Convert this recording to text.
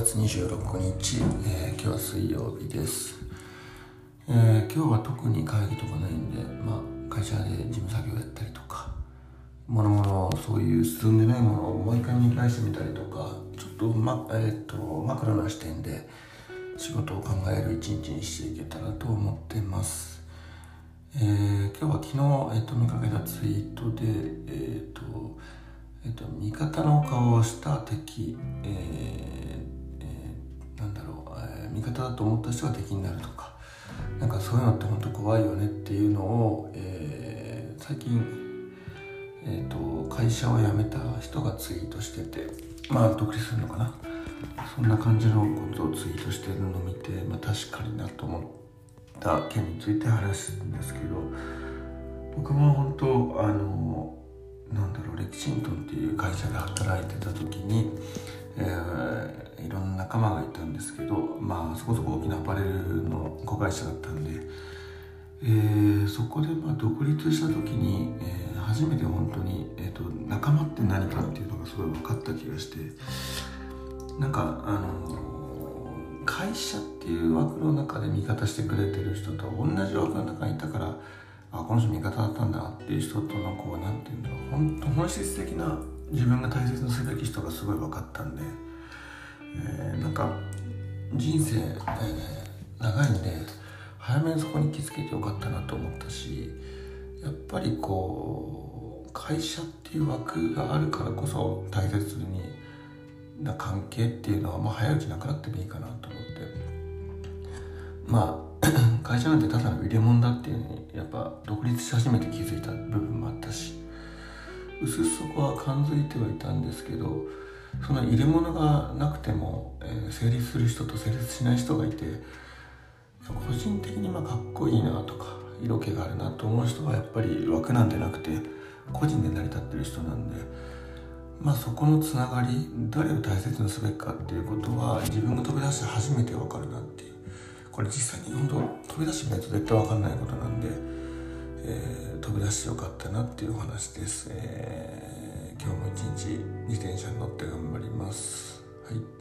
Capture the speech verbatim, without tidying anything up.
がつにじゅうろくにち、えー、今日は水曜日です、えー、今日は特に会議とかないんで、まあ、会社で事務作業やったりとかもろもろそういう進んでないものをもう一回見返してみたりとかちょっと、まえー、っとマクロな視点で仕事を考える一日にしていけたらと思ってます。えー、今日は昨日、えー、と見かけたツイートで、えーとえー、と味方の顔をした敵、えーえー、なんだろう、えー、味方だと思った人が敵になるとか、なんかそういうのって本当怖いよねっていうのを、えー、最近、えー、と会社を辞めた人がツイートしてて、まあ独立するのかな、そんな感じのことをツイートしてるのを見て、まあ、確かになと思った件について話すんですけど、僕も本当あのなんだろうレキシントンっていう会社で働いてた時に、えー、いろんな仲間がいたんですけど、まあそこそこ大きなアパレルの子会社だったんで、えー、そこでまあ独立した時に、えー、初めて本当に、えーと、仲間って何かっていうのがすごい分かった気がして、なんかあの会社っていう枠の中で味方してくれてる人と同じ枠の中にいたから、あ、この人味方だったんだなっていう人とのこうなんていうんだろう、本当本質的な自分が大切にすべき人がすごい分かったんで、えー、なんか人生、えー、長いんで早めにそこに気づけてよかったなと思ったし、やっぱりこう会社っていう枠があるからこそ大切にな関係っていうのは、まあ、早いうちなくなってもいいかなと思って、まあ会社なんてただの入れ物だっていうのにやっぱ独立し始めて気づいた部分もあったし、うすうすそこは感づいてはいたんですけど、その入れ物がなくても、えー、成立する人と成立しない人がいて、個人的にまあかっこいいなとか色気があるなと思う人はやっぱり枠なんでなくて個人で成り立ってる人なんで、まあそこのつながり、誰を大切にすべきかっていうことは自分が飛び出して初めて分かるなっていう、これ実際に本当飛び出してみないと絶対分かんないことなんで、えー、飛び出してよかったなっていうお話です、えー、今日も一日自転車に乗って頑張ります。はい。